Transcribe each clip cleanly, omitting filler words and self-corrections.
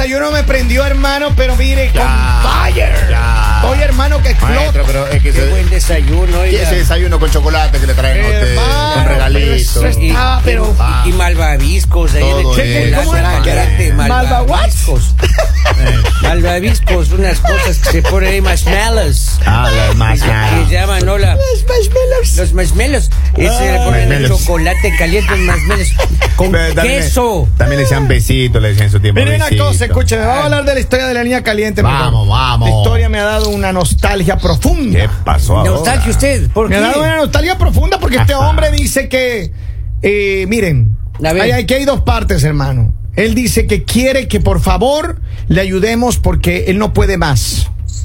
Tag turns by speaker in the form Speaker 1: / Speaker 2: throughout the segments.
Speaker 1: desayuno me prendió, hermano, pero mire, con fire.
Speaker 2: Ya.
Speaker 1: Oye, hermano, que explota.
Speaker 2: Maestro, pero es que
Speaker 3: Qué buen desayuno.
Speaker 2: y ese desayuno con chocolate que le traen a usted,
Speaker 1: Hermano,
Speaker 2: con regalitos.
Speaker 1: pero eso está, pero...
Speaker 3: Y malvaviscos ahí
Speaker 2: Todo
Speaker 3: en el
Speaker 2: eso.
Speaker 1: ¿Cómo era?
Speaker 3: chocolate,
Speaker 1: ¿Malvaviscos?
Speaker 3: Malvaviscos, unas cosas que se ponen ahí, marshmallows.
Speaker 2: Los más
Speaker 3: Que llaman, ¿no? Los marshmallows. Ese le ponen el
Speaker 2: marshmallows.
Speaker 3: chocolate caliente, marshmallows. Con queso.
Speaker 2: También le decían besitos, le decían en su tiempo.
Speaker 1: Miren una
Speaker 2: besitos.
Speaker 1: cosa, escúcheme, vamos a hablar de la historia de la niña caliente.
Speaker 2: Vamos, vamos.
Speaker 1: La historia me ha dado una nostalgia profunda.
Speaker 2: ¿Qué pasó ahora?
Speaker 3: Nostalgia usted, ¿por
Speaker 1: Me
Speaker 3: qué?
Speaker 1: ha dado una nostalgia profunda porque este hombre dice que, miren,
Speaker 3: A ver.
Speaker 1: aquí hay dos partes, hermano. Él dice que quiere que por favor le ayudemos porque él no puede más.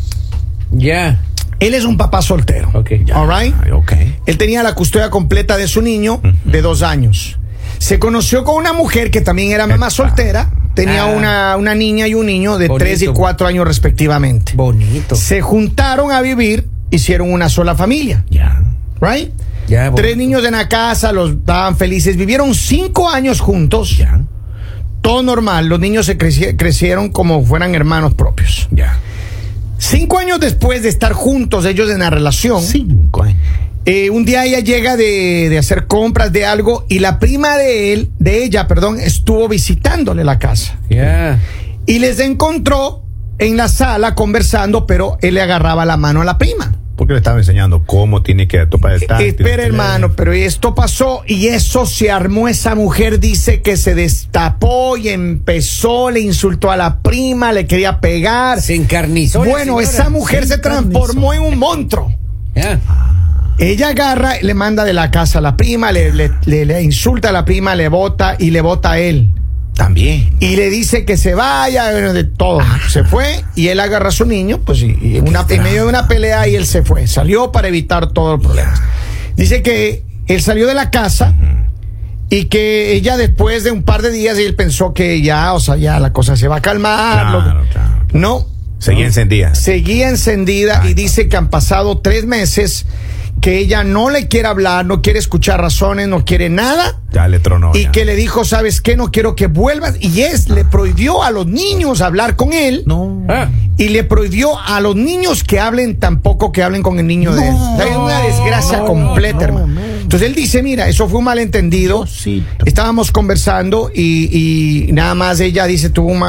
Speaker 3: Ya.
Speaker 1: Él es un papá soltero.
Speaker 3: Ok.
Speaker 1: All right?
Speaker 2: Ay, ok.
Speaker 1: Él tenía la custodia completa de su niño de 2 años. Se conoció con una mujer que también era mamá soltera. Tenía una niña y un niño de
Speaker 3: Bonito.
Speaker 1: 3 y 4 años respectivamente.
Speaker 3: Bonito.
Speaker 1: Se juntaron a vivir, hicieron una sola familia.
Speaker 2: Ya.
Speaker 1: Right?
Speaker 3: Ya,
Speaker 1: 3
Speaker 3: bonito.
Speaker 1: niños en la casa, los daban felices. Vivieron 5 años juntos.
Speaker 2: Ya.
Speaker 1: Todo normal. Los niños se crecieron como fueran hermanos propios.
Speaker 2: Ya.
Speaker 1: 5 años después de estar juntos ellos en la relación,
Speaker 2: 5 años.
Speaker 1: un día ella llega de hacer compras de algo y la prima de ella, estuvo visitándole la casa.
Speaker 3: Ya.
Speaker 1: Y les encontró en la sala conversando, pero él le agarraba la mano a la prima.
Speaker 2: Porque le estaba enseñando cómo tiene que topar el táctil.
Speaker 1: Espera, hermano, pero esto pasó y eso se armó. Esa mujer dice que se destapó y empezó, le insultó a la prima, le quería pegar.
Speaker 3: Se encarnizó. la
Speaker 1: Bueno,
Speaker 3: señora.
Speaker 1: esa mujer se transformó en un monstruo.
Speaker 3: Ya.
Speaker 1: Ella agarra, le manda de la casa a la prima, le insulta a la prima, le bota y le bota a él.
Speaker 2: También.
Speaker 1: Y le dice que se vaya, bueno, de todo. Se fue y él agarra a su niño, pues y en medio de una pelea y él se fue. Salió para evitar todo el problema. Dice que él salió de la casa y que ella después de un par de días él pensó que ya, o sea, ya la cosa se va a calmar.
Speaker 2: Claro.
Speaker 1: No.
Speaker 2: Seguía encendida.
Speaker 1: Seguía encendida y dice que han pasado 3 meses que ella no le quiere hablar, no quiere escuchar razones, no quiere nada.
Speaker 2: Ya le tronó.
Speaker 1: Y
Speaker 2: ya.
Speaker 1: que le dijo, ¿sabes qué? No quiero que vuelvas. Y le prohibió a los niños hablar con él.
Speaker 2: No.
Speaker 3: Ah.
Speaker 1: Y le prohibió a los niños que hablen tampoco que hablen con el niño de él. O sea, es una desgracia completa, hermano. Entonces él dice, mira, eso fue un malentendido.
Speaker 2: Diosito.
Speaker 1: Estábamos conversando y nada más ella dice, tuvo un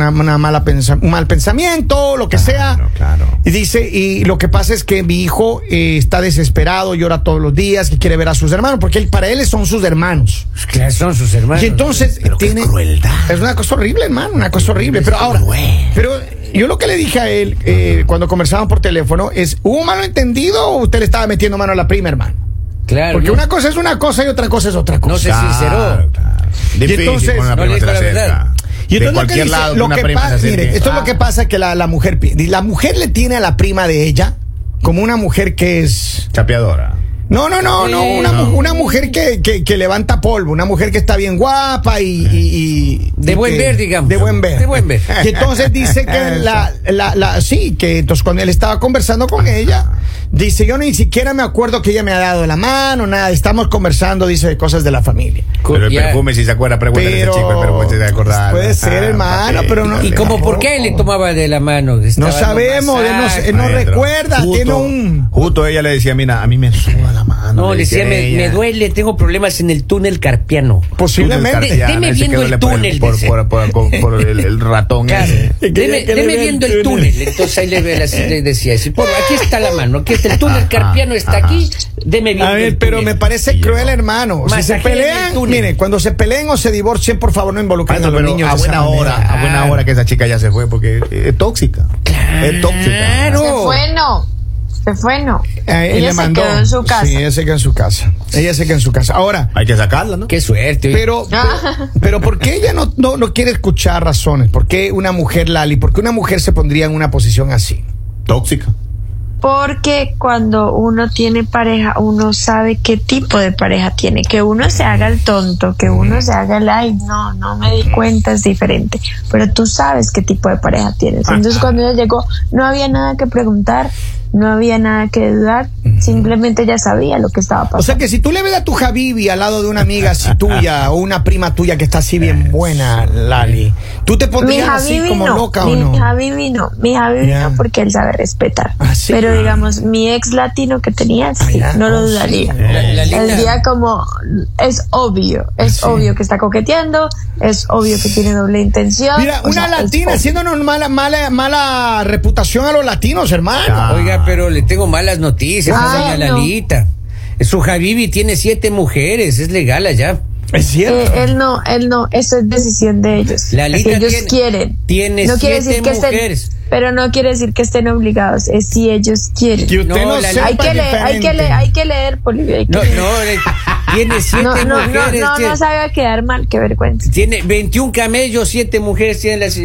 Speaker 1: mal pensamiento, lo que sea.
Speaker 2: Claro.
Speaker 1: Y dice, y lo que pasa es que mi hijo está desesperado, llora todos los días, que quiere ver a sus hermanos, porque para él son sus hermanos.
Speaker 3: Claro, son sus hermanos.
Speaker 1: Y entonces
Speaker 2: Pero qué crueldad.
Speaker 1: es una cosa horrible, hermano, una cosa horrible. Pero ahora, pero yo lo que le dije a él cuando conversaban por teléfono es, ¿hubo un malentendido o usted le estaba metiendo mano a la prima, hermano?
Speaker 3: Claro.
Speaker 1: Porque
Speaker 3: no,
Speaker 1: una cosa es una cosa y otra cosa es otra cosa.
Speaker 3: No se sinceró.
Speaker 2: Difícil
Speaker 1: entonces,
Speaker 2: con una
Speaker 3: no
Speaker 2: prima
Speaker 3: le
Speaker 2: se
Speaker 3: dijo la
Speaker 2: acerca.
Speaker 3: verdad.
Speaker 1: Y
Speaker 2: De
Speaker 1: entonces
Speaker 2: cualquier
Speaker 1: dice,
Speaker 2: lado
Speaker 1: lo
Speaker 2: una
Speaker 1: que
Speaker 2: prima
Speaker 1: pasa,
Speaker 2: se acerque.
Speaker 1: mire, esto es lo que pasa que la mujer pide. La mujer le tiene a la prima de ella como una mujer que es...
Speaker 2: Chapeadora.
Speaker 1: No, una mujer que levanta polvo, una mujer que está bien guapa y
Speaker 3: De buen ver, digamos.
Speaker 1: De buen ver.
Speaker 3: De buen ver.
Speaker 1: Y entonces dice que sí, que entonces cuando él estaba conversando con ella, dice, yo ni siquiera me acuerdo que ella me ha dado la mano, nada, estamos conversando, dice, de cosas de la familia.
Speaker 2: Pero el
Speaker 3: Ya.
Speaker 2: perfume, si se acuerda, pregúntale a ese chico el perfume, si se acuerda.
Speaker 1: Puede ser, hermano, pero no.
Speaker 3: ¿Y cómo por qué le tomaba de la mano?
Speaker 1: No
Speaker 3: Estaba dando
Speaker 1: sabemos,
Speaker 3: masaje.
Speaker 1: él no recuerda, tiene un...
Speaker 2: Justo ella le decía, mira, a mí me suda la mano.
Speaker 3: No, le decía, me
Speaker 2: ella.
Speaker 3: duele, tengo problemas en el túnel carpiano.
Speaker 1: Posiblemente.
Speaker 3: Deme viendo el túnel,
Speaker 2: Por
Speaker 3: dice.
Speaker 2: el ratón
Speaker 3: Claro.
Speaker 2: ese.
Speaker 3: Deme viendo el túnel. Entonces ahí le decía, aquí está la mano, aquí está el túnel carpiano, está aquí, deme viendo
Speaker 1: A ver,
Speaker 3: el
Speaker 1: pero
Speaker 3: túnel.
Speaker 1: me parece cruel, hermano. Si se
Speaker 3: Masajeen
Speaker 1: pelean,
Speaker 3: el túnel.
Speaker 1: mire, cuando se peleen o se divorcien, por favor, no involucren a los
Speaker 2: Pero
Speaker 1: niños
Speaker 2: a
Speaker 1: de esa
Speaker 2: buena hora,
Speaker 1: manera.
Speaker 2: a buena hora que esa chica ya se fue porque es tóxica. Es tóxica.
Speaker 3: Claro.
Speaker 4: Se fue, no.
Speaker 1: Él
Speaker 4: Ella
Speaker 1: le mandó.
Speaker 4: se quedó en su casa.
Speaker 1: Sí, ella se quedó en su casa. Ella se quedó en su casa. Ahora,
Speaker 2: Hay que sacarla, ¿no?
Speaker 3: Qué suerte. oye.
Speaker 1: pero ¿por qué ella no quiere escuchar razones? ¿Por qué una mujer, Lali? ¿Por qué una mujer se pondría en una posición así?
Speaker 2: Tóxica.
Speaker 4: Porque cuando uno tiene pareja, uno sabe qué tipo de pareja tiene. Que uno se haga el tonto, que uno se haga el ay, no me di cuenta, es diferente. Pero tú sabes qué tipo de pareja tienes. Entonces cuando ella llegó, no había nada que preguntar. no había nada que dudar, simplemente ella sabía lo que estaba pasando.
Speaker 1: O sea que si tú le ves a tu Habibi al lado de una amiga así tuya o una prima tuya que está así bien buena, Lali, ¿tú te pondrías así como loca o no?
Speaker 4: Mi Habibi no, porque él sabe respetar.
Speaker 1: ¿Sí?
Speaker 4: Pero digamos, mi ex latino que tenía, sí, no lo dudaría. El día como, es obvio que está coqueteando, es obvio que tiene doble intención.
Speaker 1: Mira, una latina haciéndonos mala reputación a los latinos, hermano.
Speaker 3: Oiga, pero le tengo malas noticias a doña
Speaker 4: no.
Speaker 3: Lalita. Su Habibi tiene 7 mujeres, es legal allá.
Speaker 1: Es cierto.
Speaker 4: Él no, eso es decisión de ellos.
Speaker 3: Lalita
Speaker 4: si ellos quieren.
Speaker 3: Tiene
Speaker 4: no quiere
Speaker 3: 7
Speaker 4: decir que
Speaker 3: mujeres.
Speaker 4: estén, pero no quiere decir que estén obligados, es si ellos quieren.
Speaker 1: Que usted no sepa
Speaker 4: hay que leer, Polivio.
Speaker 3: Tiene 7 mujeres.
Speaker 4: No se a quedar mal, qué vergüenza.
Speaker 3: Tiene 21 camellos, 7 mujeres tiene la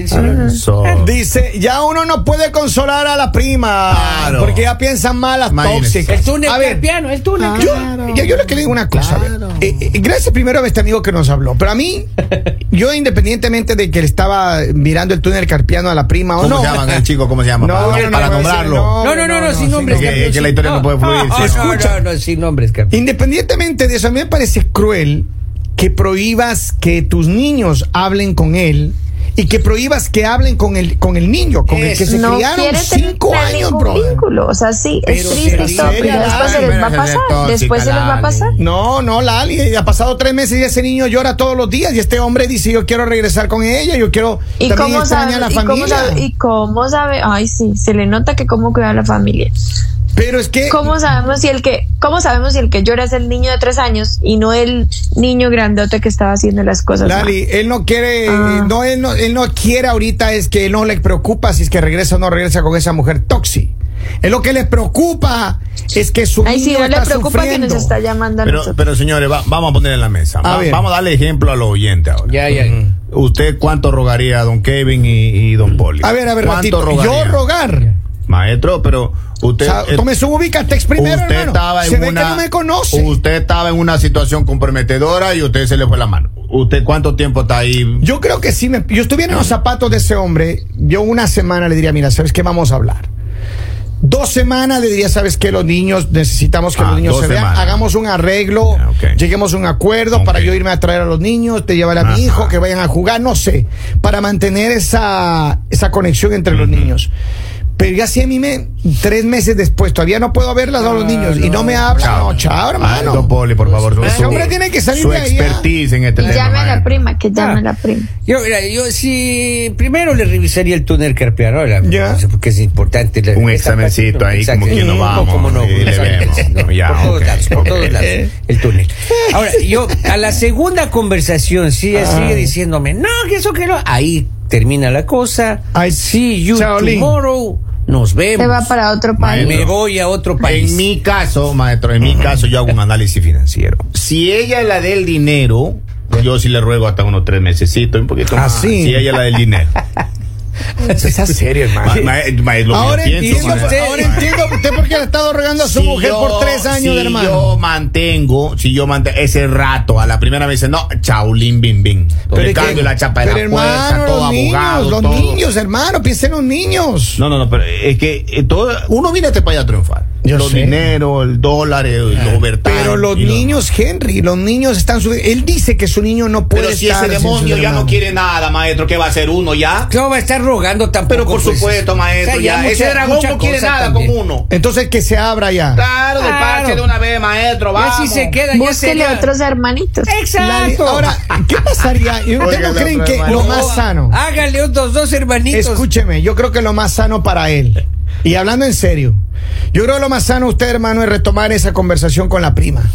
Speaker 1: Dice, ya uno no puede consolar a la prima,
Speaker 2: Claro.
Speaker 1: porque ya piensan malas,
Speaker 2: Imagínese.
Speaker 1: tóxicas.
Speaker 3: El túnel
Speaker 1: A ver,
Speaker 3: carpiano, el túnel.
Speaker 1: yo le digo una cosa.
Speaker 2: Claro.
Speaker 1: A ver, gracias primero a este amigo que nos habló. Pero a mí, yo independientemente de que le estaba mirando el túnel carpiano a la prima o
Speaker 2: ¿Cómo
Speaker 1: no.
Speaker 2: se llama el chico? ¿Cómo se llama?
Speaker 1: No,
Speaker 2: para
Speaker 1: no,
Speaker 2: para
Speaker 1: no,
Speaker 2: nombrarlo.
Speaker 3: No, sin nombres.
Speaker 2: Que la historia no puede fluir.
Speaker 3: No, sin nombres, carpiano.
Speaker 1: Independientemente de eso, a mí me parece cruel que prohíbas que tus niños hablen con él y que prohíbas que hablen con el niño, con el que se
Speaker 4: no
Speaker 1: criaron
Speaker 4: quiere
Speaker 1: 5
Speaker 4: tener
Speaker 1: años,
Speaker 4: ningún
Speaker 1: brother.
Speaker 4: vínculo, o sea, sí, es
Speaker 3: Pero
Speaker 4: triste y todo, pero
Speaker 1: sería,
Speaker 4: después se les va a pasar, después se les va a pasar.
Speaker 1: No, Lali, ha pasado 3 meses y ese niño llora todos los días y este hombre dice, yo quiero regresar con ella, yo quiero
Speaker 4: ¿Y
Speaker 1: también
Speaker 4: cómo
Speaker 1: extrañar
Speaker 4: sabe?
Speaker 1: a la familia.
Speaker 4: ¿Y cómo sabe? Ay, sí, se le nota que cómo cuida a la familia.
Speaker 1: Pero es que
Speaker 4: ¿Cómo sabemos si el que llora es el niño de 3 años y no el niño grandote que estaba haciendo las cosas mal?
Speaker 1: Lali, él no quiere, él no quiere ahorita, es que no le preocupa si es que regresa o no regresa con esa mujer tóxica. Es lo que le preocupa es que su
Speaker 4: Ay,
Speaker 1: niño
Speaker 4: sí, no le
Speaker 1: está
Speaker 4: preocupa
Speaker 1: sufriendo.
Speaker 4: que nos está llamando a nosotros.
Speaker 2: Pero señores, vamos a poner en la mesa.
Speaker 1: ver.
Speaker 2: Vamos a darle ejemplo a los oyentes ahora.
Speaker 3: Ya.
Speaker 2: ¿Usted cuánto rogaría a don Kevin y don Poli?
Speaker 1: A ver,
Speaker 2: ¿Cuánto
Speaker 1: ratito.
Speaker 2: rogaría?
Speaker 1: Yo rogar.
Speaker 2: Maestro, pero usted...
Speaker 1: O sea, tome su ubicatex primero,
Speaker 2: usted
Speaker 1: hermano.
Speaker 2: estaba
Speaker 1: Se
Speaker 2: en
Speaker 1: ve
Speaker 2: una,
Speaker 1: que no me conoce.
Speaker 2: Usted estaba en una situación comprometedora y usted se le fue la mano. ¿Usted cuánto tiempo está ahí?
Speaker 1: Yo creo que si yo estuviera en los zapatos de ese hombre, yo una semana le diría, mira, ¿sabes qué? Vamos a hablar. 2 semanas le diría, ¿sabes qué? Los niños, necesitamos que los niños
Speaker 2: 2
Speaker 1: se vean.
Speaker 2: semanas.
Speaker 1: Hagamos un arreglo,
Speaker 2: Okay.
Speaker 1: lleguemos a un acuerdo para yo irme a traer a los niños, te llevar a mi hijo, que vayan a jugar, no sé, para mantener esa conexión entre los niños. Pero ya si a mí 3 meses después todavía no puedo verlas a los niños y no me hablan, chao, hermano.
Speaker 2: Don Poli, por favor.
Speaker 1: Ese hombre tiene que salir
Speaker 2: su
Speaker 1: de ahí.
Speaker 2: expertise en este
Speaker 4: Y
Speaker 2: tema.
Speaker 4: llame a la
Speaker 2: maestro.
Speaker 4: prima, que llame a la prima.
Speaker 3: Yo sí, primero le revisaría el túnel carpiano,
Speaker 1: Ya.
Speaker 3: porque es importante.
Speaker 2: Un examencito ahí, como que no vamos,
Speaker 3: Como no,
Speaker 2: y le vemos. Ya,
Speaker 3: por todos
Speaker 2: ok,
Speaker 3: lados, por
Speaker 2: ok.
Speaker 3: todos lados, el túnel. Ahora, yo, a la segunda conversación, sigue diciéndome, no, que eso que no. Ahí termina la cosa.
Speaker 1: Ay,
Speaker 3: See you
Speaker 1: Shaolin.
Speaker 3: tomorrow. Nos vemos.
Speaker 4: Se va para otro país.
Speaker 3: Me voy a otro país.
Speaker 2: En mi caso, maestro, yo hago un análisis financiero. Si ella es la del dinero, yo sí le ruego hasta unos 3 mesecitos, un poquito más.
Speaker 1: sí.
Speaker 2: Si ella es la del dinero.
Speaker 1: Esa serio, hermano. Ahora entiendo usted por qué le ha estado rogando a su mujer por 3 años, hermano.
Speaker 2: Si yo mantengo ese rato, a la primera vez dice, no, chaulín, bim, bim. Le cambio la chapa de la puerta,
Speaker 1: hermano,
Speaker 2: todo abogado,
Speaker 1: los
Speaker 2: todo.
Speaker 1: niños, hermano, piensen en los niños.
Speaker 2: No, pero es que uno viene a este país a triunfar.
Speaker 1: Yo
Speaker 2: Los
Speaker 1: sé.
Speaker 2: dinero, el dólar, el overtime.
Speaker 1: Pero los
Speaker 2: y
Speaker 1: niños, Henry, los niños están él dice que su niño no puede
Speaker 2: Pero si
Speaker 1: estar
Speaker 2: ese
Speaker 1: sin su
Speaker 2: demonio ya
Speaker 1: hermano.
Speaker 2: no quiere nada, maestro, ¿qué va a hacer uno ya?
Speaker 3: No va a estar rogando tampoco.
Speaker 2: Pero por
Speaker 3: pues,
Speaker 2: supuesto, maestro,
Speaker 3: o sea,
Speaker 2: ya. Ese dragón no quiere
Speaker 3: cosa
Speaker 2: nada
Speaker 3: también.
Speaker 2: con uno.
Speaker 1: Entonces que se abra ya.
Speaker 2: Claro, de parche de una vez, maestro,
Speaker 3: Ya
Speaker 2: vamos.
Speaker 3: si se queda, ya
Speaker 4: Búsquele
Speaker 3: sería-
Speaker 4: otros hermanitos.
Speaker 1: Lali,
Speaker 3: Exacto.
Speaker 1: ahora, ¿qué pasaría? ¿Ustedes
Speaker 2: Oiga,
Speaker 1: no creen
Speaker 2: la
Speaker 1: que
Speaker 2: otra
Speaker 1: lo
Speaker 2: hermano.
Speaker 1: más sano?
Speaker 3: Hágale otros 2 hermanitos.
Speaker 1: Escúcheme, yo creo que lo más sano para él, y hablando en serio, yo creo que lo más sano usted, hermano, es retomar esa conversación con la prima.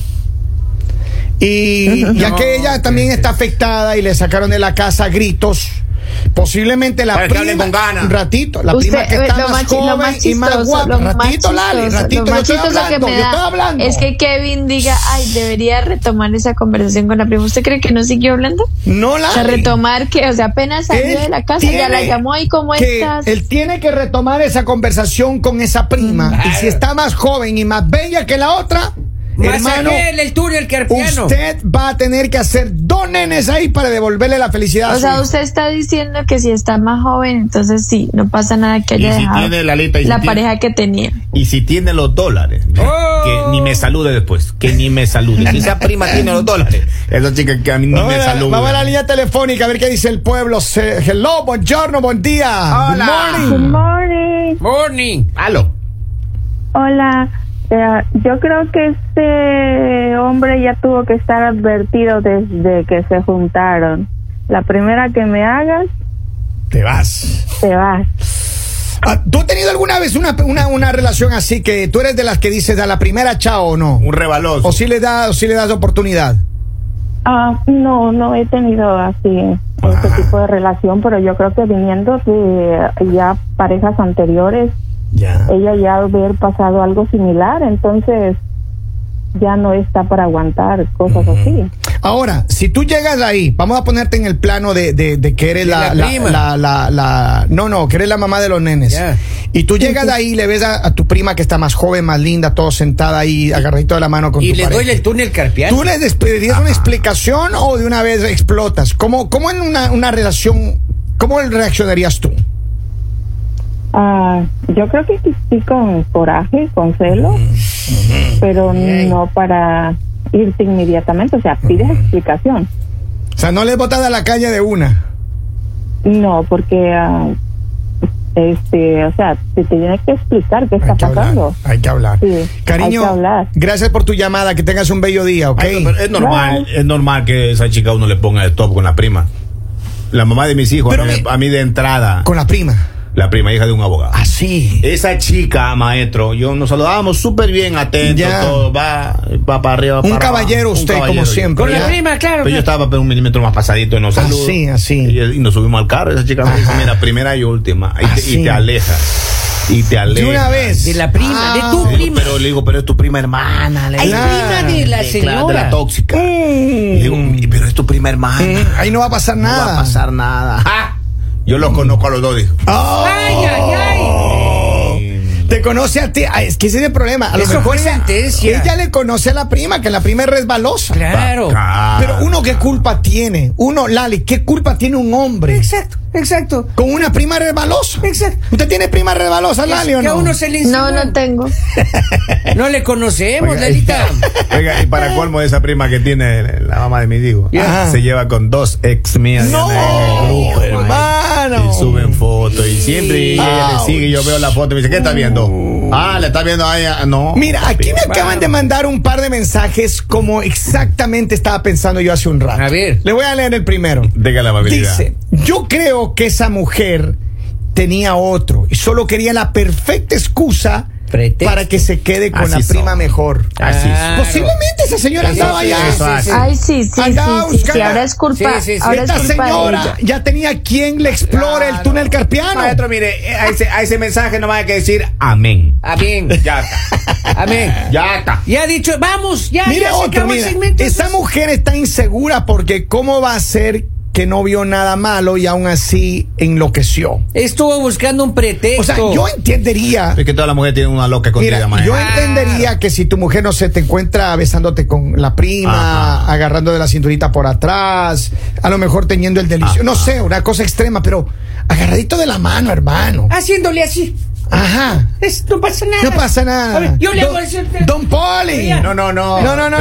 Speaker 1: Y ya que ella también está afectada y le sacaron de la casa a gritos, posiblemente la
Speaker 2: Para que
Speaker 1: prima,
Speaker 2: hablen con ganas.
Speaker 1: un ratito, la
Speaker 4: Usted,
Speaker 1: prima que está
Speaker 4: lo
Speaker 1: más
Speaker 4: más chi- lo
Speaker 1: joven
Speaker 4: más
Speaker 1: y más
Speaker 4: chistoso,
Speaker 1: guapa,
Speaker 4: lo más
Speaker 1: ratito, Lali,
Speaker 4: chistoso,
Speaker 1: ratito,
Speaker 4: lo
Speaker 1: yo
Speaker 4: más
Speaker 1: estoy
Speaker 4: chistoso
Speaker 1: hablando,
Speaker 4: que me
Speaker 1: yo estoy
Speaker 4: da
Speaker 1: hablando.
Speaker 4: es que Kevin diga, ay, debería retomar esa conversación con la prima. ¿Usted cree que no siguió hablando?
Speaker 1: No,
Speaker 4: O sea,
Speaker 1: Lali.
Speaker 4: retomar que, o sea, apenas salió
Speaker 1: Él
Speaker 4: de la casa, ya la
Speaker 1: tiene
Speaker 4: llamó y ¿cómo
Speaker 1: que-
Speaker 4: estás?
Speaker 1: Él tiene que retomar esa conversación con esa prima. Y si está más joven y más bella que la otra, hermano,
Speaker 3: Masajele el túnel carpiano.
Speaker 1: usted va a tener que hacer 2 nenes ahí para devolverle la felicidad a
Speaker 4: O
Speaker 1: su
Speaker 4: sea,
Speaker 1: hijo.
Speaker 4: usted está diciendo que si está más joven, entonces sí, no pasa nada que
Speaker 2: Y
Speaker 4: haya
Speaker 2: si
Speaker 4: dejado
Speaker 2: tiene la lista, y si
Speaker 4: la
Speaker 2: tiene-
Speaker 4: pareja que tenía.
Speaker 2: Y si tiene los dólares,
Speaker 3: Oh.
Speaker 2: que ni me salude después, que ni me salude. Si esa prima tiene los dólares, esa chica que a mí ni me salude.
Speaker 1: Vamos a la línea telefónica a ver qué dice el pueblo. Hello, buongiorno, buen día.
Speaker 2: Hola.
Speaker 1: Good
Speaker 5: Good
Speaker 1: morning.
Speaker 5: morning.
Speaker 3: Morning.
Speaker 2: Aló.
Speaker 5: Hola. Yo creo que este hombre ya tuvo que estar advertido desde que se juntaron. La primera que me hagas,
Speaker 1: Te vas.
Speaker 5: te vas.
Speaker 1: ¿Tú has tenido alguna vez una relación así que tú eres de las que dices a la primera chao o no?
Speaker 2: Un rebaloso.
Speaker 1: ¿O sí le das oportunidad?
Speaker 5: No he tenido así este tipo de relación, pero yo creo que viniendo de ya parejas anteriores,
Speaker 1: Ya.
Speaker 5: ella ya haber pasado algo similar, entonces ya no está para aguantar cosas así.
Speaker 1: Ahora, si tú llegas ahí, vamos a ponerte en el plano de que eres
Speaker 3: De la prima.
Speaker 1: que eres la mamá de los nenes.
Speaker 3: Ya.
Speaker 1: Y tú llegas ahí y le ves a tu prima que está más joven, más linda, todo sentada ahí, agarradito de la mano con
Speaker 3: Y
Speaker 1: tu
Speaker 3: le
Speaker 1: pareja.
Speaker 3: doy el túnel carpiano.
Speaker 1: ¿Tú le pedirías una explicación o de una vez explotas? ¿Cómo en una relación, cómo reaccionarías tú?
Speaker 5: Yo creo que sí, con coraje, con celo, pero no para irte inmediatamente, o sea, pides explicación.
Speaker 1: O sea, no le botas a la calle de una.
Speaker 5: No, porque o sea, te tienes que explicar qué está pasando.
Speaker 1: Hay que hablar.
Speaker 5: Sí,
Speaker 1: Cariño,
Speaker 5: hay que hablar.
Speaker 1: gracias por tu llamada, que tengas un bello día, ¿ok?
Speaker 2: Ay, pero es normal que esa chica uno le ponga de top con la prima. La mamá de mis hijos,
Speaker 1: Pero
Speaker 2: a mí de entrada,
Speaker 1: Con la prima.
Speaker 2: la prima hija de un abogado.
Speaker 1: Así.
Speaker 2: Esa chica, maestro, nos saludábamos súper bien, atentos,
Speaker 1: Ya.
Speaker 2: todo, va para arriba,
Speaker 1: Un
Speaker 2: para abajo.
Speaker 1: caballero
Speaker 2: Un
Speaker 1: usted,
Speaker 2: caballero
Speaker 1: como
Speaker 2: yo.
Speaker 1: siempre.
Speaker 3: Con la
Speaker 1: Ya.
Speaker 3: prima, claro.
Speaker 2: Pero yo estaba un milímetro más pasadito y nos saludó.
Speaker 1: Así.
Speaker 2: Y nos subimos al carro, esa chica me dijo, mira, primera y última.
Speaker 1: Así.
Speaker 2: Y te aleja. Y te aleja.
Speaker 1: De una vez.
Speaker 3: De la prima, de tu
Speaker 2: Le digo,
Speaker 3: prima.
Speaker 2: pero es tu prima hermana. Le
Speaker 3: Ay,
Speaker 2: digo.
Speaker 3: prima de la señora.
Speaker 2: De la tóxica. Le digo, pero es tu prima hermana.
Speaker 1: Ahí no va a pasar
Speaker 2: No
Speaker 1: nada.
Speaker 2: va a pasar nada. Ah, yo los conozco a los dos, dijo.
Speaker 1: Oh.
Speaker 3: Ay, ay, ay.
Speaker 1: Te conoce a ti. Ay, es que ese es el problema. A lo
Speaker 3: Eso
Speaker 1: mejor
Speaker 3: fue sentencia.
Speaker 1: ella le conoce a la prima, que la prima es resbalosa.
Speaker 3: Claro.
Speaker 2: Bacán.
Speaker 1: Pero uno, ¿qué culpa tiene? Uno, Lali, ¿qué culpa tiene un hombre
Speaker 3: Exacto.
Speaker 1: con una prima resbalosa?
Speaker 3: Exacto.
Speaker 1: ¿Usted tiene prima resbalosa, Lali, o
Speaker 3: Que a
Speaker 1: no?
Speaker 3: uno se le
Speaker 4: No,
Speaker 3: insinúa.
Speaker 4: no tengo.
Speaker 3: No le conocemos,
Speaker 2: Oiga,
Speaker 3: Lalita.
Speaker 2: Oiga, y para colmo de esa prima que tiene la mamá de mis hijos,
Speaker 1: Ya.
Speaker 2: se lleva con 2 ex mías.
Speaker 1: No,
Speaker 2: en el grupo,
Speaker 1: hermano.
Speaker 2: Y suben fotos y siempre ella le sigue, yo veo la foto y me dice, ¿qué está viendo? Le está viendo a ella. No.
Speaker 1: Mira, aquí me acaban de mandar un par de mensajes como exactamente estaba pensando yo hace un rato.
Speaker 3: A ver.
Speaker 1: Le voy a leer el primero.
Speaker 2: Tenga la amabilidad.
Speaker 1: Dice, yo creo que esa mujer tenía otro y solo quería la perfecta excusa
Speaker 3: Pretexto.
Speaker 1: para que se quede con
Speaker 2: Así
Speaker 1: la prima
Speaker 2: son.
Speaker 1: mejor.
Speaker 2: Así es.
Speaker 3: Claro.
Speaker 1: Posiblemente esa señora
Speaker 3: Eso
Speaker 1: andaba
Speaker 3: sí,
Speaker 1: ya.
Speaker 2: eso hace.
Speaker 4: Ay, sí.
Speaker 1: Andaba buscando-
Speaker 4: Ahora es culpa.
Speaker 3: Sí.
Speaker 4: Ahora es
Speaker 1: Esta
Speaker 4: culpa de
Speaker 1: señora
Speaker 4: ella.
Speaker 1: ya tenía quien le explore el túnel carpiano.
Speaker 2: Maestro, mire, a ese mensaje no hay que decir amén.
Speaker 3: Amén.
Speaker 2: Ya está.
Speaker 3: Amén.
Speaker 2: Ya está.
Speaker 3: Ya ha dicho, vamos, ya.
Speaker 1: Mire
Speaker 3: ya se
Speaker 1: otro,
Speaker 3: acabó el
Speaker 1: mira,
Speaker 3: segmento.
Speaker 1: esa mujer está insegura porque cómo va a ser que no vio nada malo y aún así enloqueció.
Speaker 3: Estuvo buscando un pretexto.
Speaker 1: O sea, yo entendería.
Speaker 2: Es que toda la mujer tiene una loca escondida,
Speaker 1: Mira,
Speaker 2: maestro.
Speaker 1: yo entendería que si tu mujer no se te encuentra besándote con la prima,
Speaker 2: Ajá.
Speaker 1: agarrando de la cinturita por atrás, a lo mejor teniendo el delicio, no sé, una cosa extrema, pero agarradito de la mano, hermano.
Speaker 3: Haciéndole así.
Speaker 1: Ajá.
Speaker 3: No pasa nada.
Speaker 1: No pasa nada.
Speaker 3: A ver, yo le
Speaker 1: Don-
Speaker 3: hago el...
Speaker 1: Don Poli.
Speaker 3: Oiga.
Speaker 2: No.
Speaker 1: No,
Speaker 2: Pero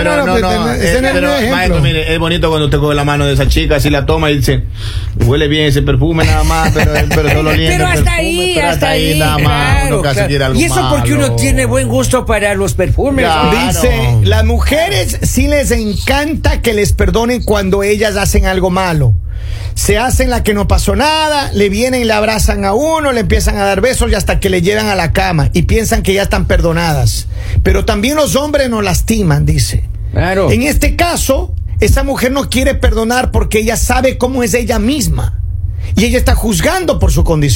Speaker 1: ese no es
Speaker 2: pero,
Speaker 1: el ejemplo.
Speaker 2: maestro, mire, es bonito cuando usted coge la mano de esa chica, así la toma y dice, huele bien ese perfume nada más, pero solo oliendo
Speaker 3: Pero
Speaker 2: el
Speaker 3: hasta
Speaker 2: perfume,
Speaker 3: ahí,
Speaker 2: pero
Speaker 3: hasta ahí.
Speaker 2: nada más,
Speaker 3: Claro,
Speaker 2: uno casi
Speaker 3: claro.
Speaker 2: quiere algo
Speaker 3: Y eso porque uno
Speaker 2: malo.
Speaker 3: tiene buen gusto para los perfumes.
Speaker 2: Claro.
Speaker 1: Dice, las mujeres sí les encanta que les perdonen cuando ellas hacen algo malo. Se hacen la que no pasó nada, le vienen, le abrazan a uno, le empiezan a dar besos y hasta que le llevan a la cama y piensan que ya están perdonadas. Pero también los hombres nos lastiman, dice.
Speaker 3: Claro.
Speaker 1: En este caso, esa mujer no quiere perdonar porque ella sabe cómo es ella misma y ella está juzgando por su condición.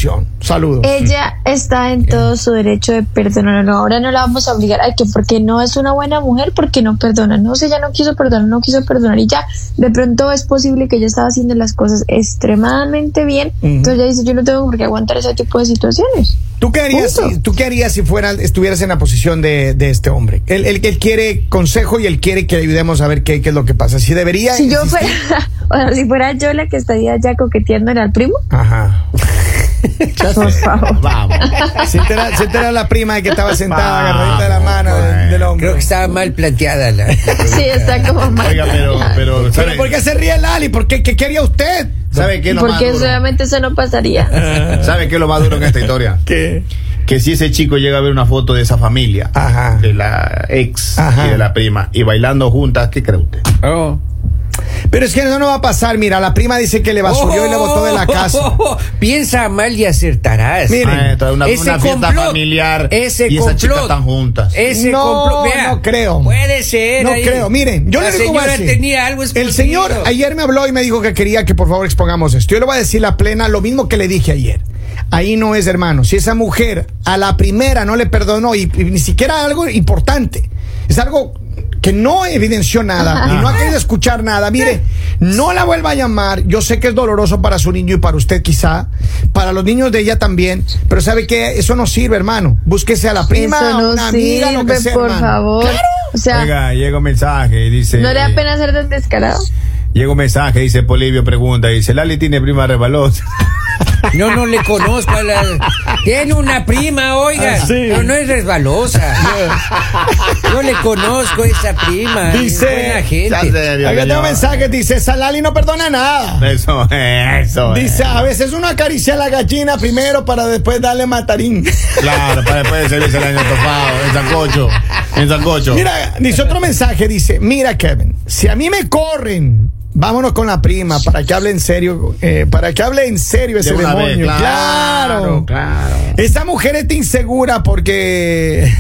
Speaker 1: Saludos.
Speaker 4: Ella está en todo su derecho de perdonar. No, ahora no la vamos a obligar a que porque no es una buena mujer, porque no perdona. No, si ella no quiso perdonar y ya. De pronto es posible que ella estaba haciendo las cosas extremadamente bien. Entonces ella dice, yo no tengo por qué aguantar ese tipo de situaciones.
Speaker 1: ¿Tú qué harías si estuvieras en la posición de este hombre? Él quiere consejo y él quiere que le ayudemos a ver qué es lo que pasa. Si debería.
Speaker 4: Si yo fuera, si fuera yo la que estaría ya coqueteándole al primo.
Speaker 1: Ajá.
Speaker 4: Por favor.
Speaker 2: Vamos.
Speaker 1: Se entera la prima de que estaba sentada agarradita de la mano del hombre.
Speaker 3: Creo que estaba mal planteada la
Speaker 4: Sí, está como mal.
Speaker 2: Oiga, pero
Speaker 1: ¿Pero por qué se ríe Lali? ¿Por qué? ¿Qué quería usted?
Speaker 2: ¿sabe qué es lo más
Speaker 4: Porque
Speaker 2: duro?
Speaker 4: obviamente eso no pasaría.
Speaker 2: ¿Sabe qué es lo más duro en esta historia?
Speaker 1: ¿Qué?
Speaker 2: Que si ese chico llega a ver una foto de esa familia,
Speaker 1: Ajá.
Speaker 2: de la ex
Speaker 1: Ajá.
Speaker 2: y de la prima, y bailando juntas, ¿qué cree usted?
Speaker 3: Oh.
Speaker 1: Pero es que eso no va a pasar. Mira, la prima dice que le basurió y le botó de la casa.
Speaker 3: Piensa mal y acertarás.
Speaker 1: Miren,
Speaker 2: Maestro, una
Speaker 3: ese
Speaker 2: fiesta
Speaker 3: complot,
Speaker 2: familiar
Speaker 3: ese
Speaker 2: y esas chicas
Speaker 3: complot.
Speaker 2: están juntas.
Speaker 3: Ese
Speaker 1: No,
Speaker 3: complot, vea,
Speaker 1: no creo.
Speaker 3: Puede ser.
Speaker 1: No
Speaker 3: ahí.
Speaker 1: creo. Miren, yo
Speaker 3: la
Speaker 1: le digo
Speaker 3: señora
Speaker 1: así.
Speaker 3: tenía algo escondido.
Speaker 1: El señor ayer me habló y me dijo que quería que por favor expongamos esto. Yo le voy a decir la plena, lo mismo que le dije ayer. Ahí no es, hermano. Si esa mujer a la primera no le perdonó y ni siquiera algo importante, es algo que no evidenció nada y no ha querido escuchar nada, mire, no la vuelva a llamar. Yo sé que es doloroso para su niño y para usted quizá, para los niños de ella también, pero sabe que eso no sirve, hermano. Búsquese a la prima,
Speaker 4: Eso
Speaker 1: a
Speaker 4: no
Speaker 1: una amiga, lo que
Speaker 4: sirve,
Speaker 1: sea,
Speaker 4: por
Speaker 1: hermano.
Speaker 4: favor. O sea,
Speaker 2: Oiga, llega un mensaje y dice...
Speaker 4: ¿no le da pena ser tan descarado?
Speaker 2: Llega un mensaje, dice Polibio, pregunta, dice, ¿Lali tiene prima resbalosa?
Speaker 3: No le conozco a la... Tiene una prima, oiga.
Speaker 1: Ah, sí.
Speaker 3: Pero no es resbalosa. Yo le conozco a esa prima.
Speaker 1: Dice-
Speaker 3: Buena
Speaker 2: Ya
Speaker 3: gente.
Speaker 2: serio,
Speaker 1: Acá tengo
Speaker 2: señor.
Speaker 1: mensaje, dice, esa Lali no perdona nada.
Speaker 2: Eso.
Speaker 1: Dice, a veces uno acaricia a la gallina primero para después darle matarín.
Speaker 2: Claro, para después de servirse el año tofado, en sancocho.
Speaker 1: Mira, dice otro mensaje, dice, mira Kevin, si a mí me corren, vámonos con la prima para que hable en serio, ese
Speaker 2: De una
Speaker 1: demonio.
Speaker 2: vez, claro.
Speaker 1: Esta mujer está insegura porque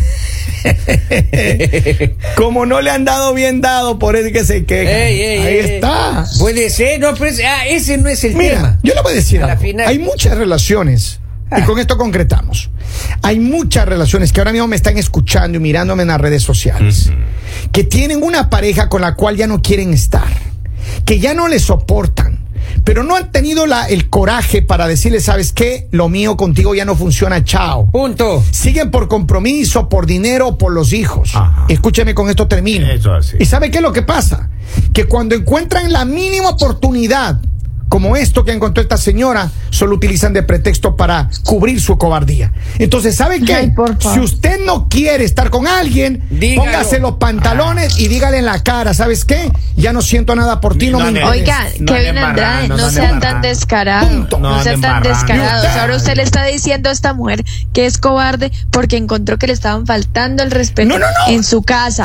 Speaker 1: como no le han dado bien dado, por eso que se queja. Ahí está.
Speaker 3: Puede ser, no, pero ese no es el
Speaker 1: Mira,
Speaker 3: tema.
Speaker 1: yo le voy a decir
Speaker 3: A la
Speaker 1: algo.
Speaker 3: final.
Speaker 1: Hay muchas relaciones, y con esto concretamos. Hay muchas relaciones que ahora mismo me están escuchando y mirándome en las redes sociales, que tienen una pareja con la cual ya no quieren estar, que ya no le soportan, pero no han tenido el coraje para decirle, ¿sabes qué? Lo mío contigo ya no funciona, chao.
Speaker 3: Punto.
Speaker 1: Siguen por compromiso, por dinero, por los hijos.
Speaker 2: Ajá.
Speaker 1: Escúcheme, con esto termino.
Speaker 2: Eso así.
Speaker 1: ¿Y sabe qué es lo que pasa? Que cuando encuentran la mínima oportunidad, como esto que encontró esta señora, solo utilizan de pretexto para cubrir su cobardía. Entonces, ¿sabe qué?
Speaker 4: Ay, por favor.
Speaker 1: Si usted no quiere estar con alguien,
Speaker 3: Dígalo.
Speaker 1: póngase los pantalones y dígale en la cara, ¿sabes qué? Ya no siento nada por ti, no,
Speaker 2: No,
Speaker 1: me
Speaker 2: no,
Speaker 1: interesa.
Speaker 4: Oiga,
Speaker 2: No
Speaker 4: Kevin
Speaker 2: ande
Speaker 4: Andrade,
Speaker 2: embarrando,
Speaker 4: no
Speaker 2: no ande
Speaker 4: sean tan
Speaker 2: embarrando.
Speaker 4: descarados.
Speaker 1: Punto.
Speaker 2: No
Speaker 4: No
Speaker 2: ande
Speaker 4: sean tan
Speaker 2: embarrando.
Speaker 4: descarados.
Speaker 1: Y usted-
Speaker 4: Ahora usted le está diciendo a esta mujer que es cobarde porque encontró que le estaban faltando el respeto
Speaker 1: No.
Speaker 4: en su casa.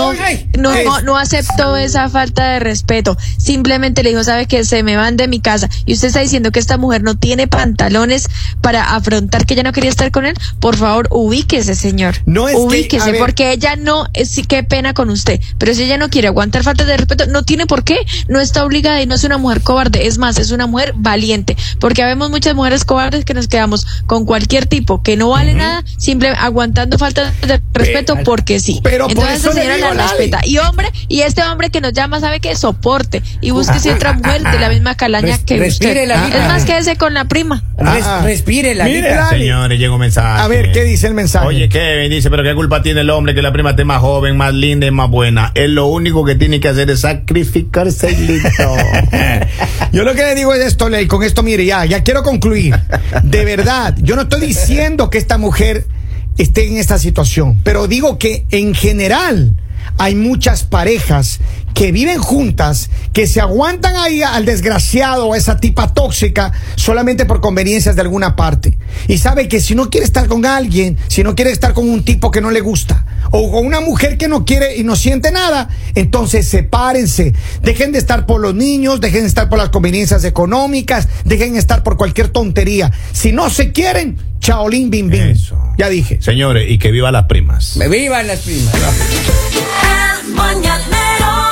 Speaker 4: No aceptó esa falta de respeto. Simplemente le dijo, ¿sabe qué? Se me van de mi casa. Y usted está diciendo que esta mujer no tiene pantalones para afrontar que ella no quería estar con él. Por favor, ubíquese, señor.
Speaker 1: No es que- a
Speaker 4: ubíquese,
Speaker 1: ver.
Speaker 4: porque ella no, sí, qué pena con usted. Pero si ella no quiere aguantar falta de respeto, no tiene por qué. No está obligada y no es una mujer cobarde. Es más, es una mujer valiente. Porque vemos muchas mujeres cobardes que nos quedamos con cualquier tipo que no vale nada, simplemente aguantando falta de respeto porque sí.
Speaker 1: pero por
Speaker 4: Entonces
Speaker 1: eso
Speaker 4: esa
Speaker 1: le
Speaker 4: señora
Speaker 1: digo,
Speaker 4: la
Speaker 1: Lali.
Speaker 4: respeta. Y este hombre que nos llama sabe que soporte y búsquese otra mujer de la misma calaña que
Speaker 3: Respire
Speaker 4: usted.
Speaker 3: la vida.
Speaker 4: Es más, quédese con la prima.
Speaker 3: Respire la
Speaker 1: Mire,
Speaker 3: vida.
Speaker 1: Lali.
Speaker 2: Señores, llega un mensaje.
Speaker 1: A ver, ¿qué dice el mensaje?
Speaker 2: Oye, Kevin dice, pero ¿qué culpa tiene el hombre que la prima esté más joven, más linda y más buena? Él lo único que tiene que hacer es sacrificarse y listo.
Speaker 1: Yo lo que le digo es esto, Ley, con esto, mire, ya quiero concluir. De verdad, yo no estoy diciendo que esta mujer esté en esta situación, pero digo que en general hay muchas parejas que viven juntas, que se aguantan ahí al desgraciado o a esa tipa tóxica solamente por conveniencias de alguna parte. Y sabe que si no quiere estar con alguien, si no quiere estar con un tipo que no le gusta, o con una mujer que no quiere y no siente nada, entonces sepárense. Dejen de estar por los niños, dejen de estar por las conveniencias económicas, dejen de estar por cualquier tontería. Si no se quieren, chaolín bim bim.
Speaker 2: Eso.
Speaker 1: Ya dije.
Speaker 2: Señores, y que viva las primas.
Speaker 3: ¡Vivan las primas!
Speaker 6: El mañanero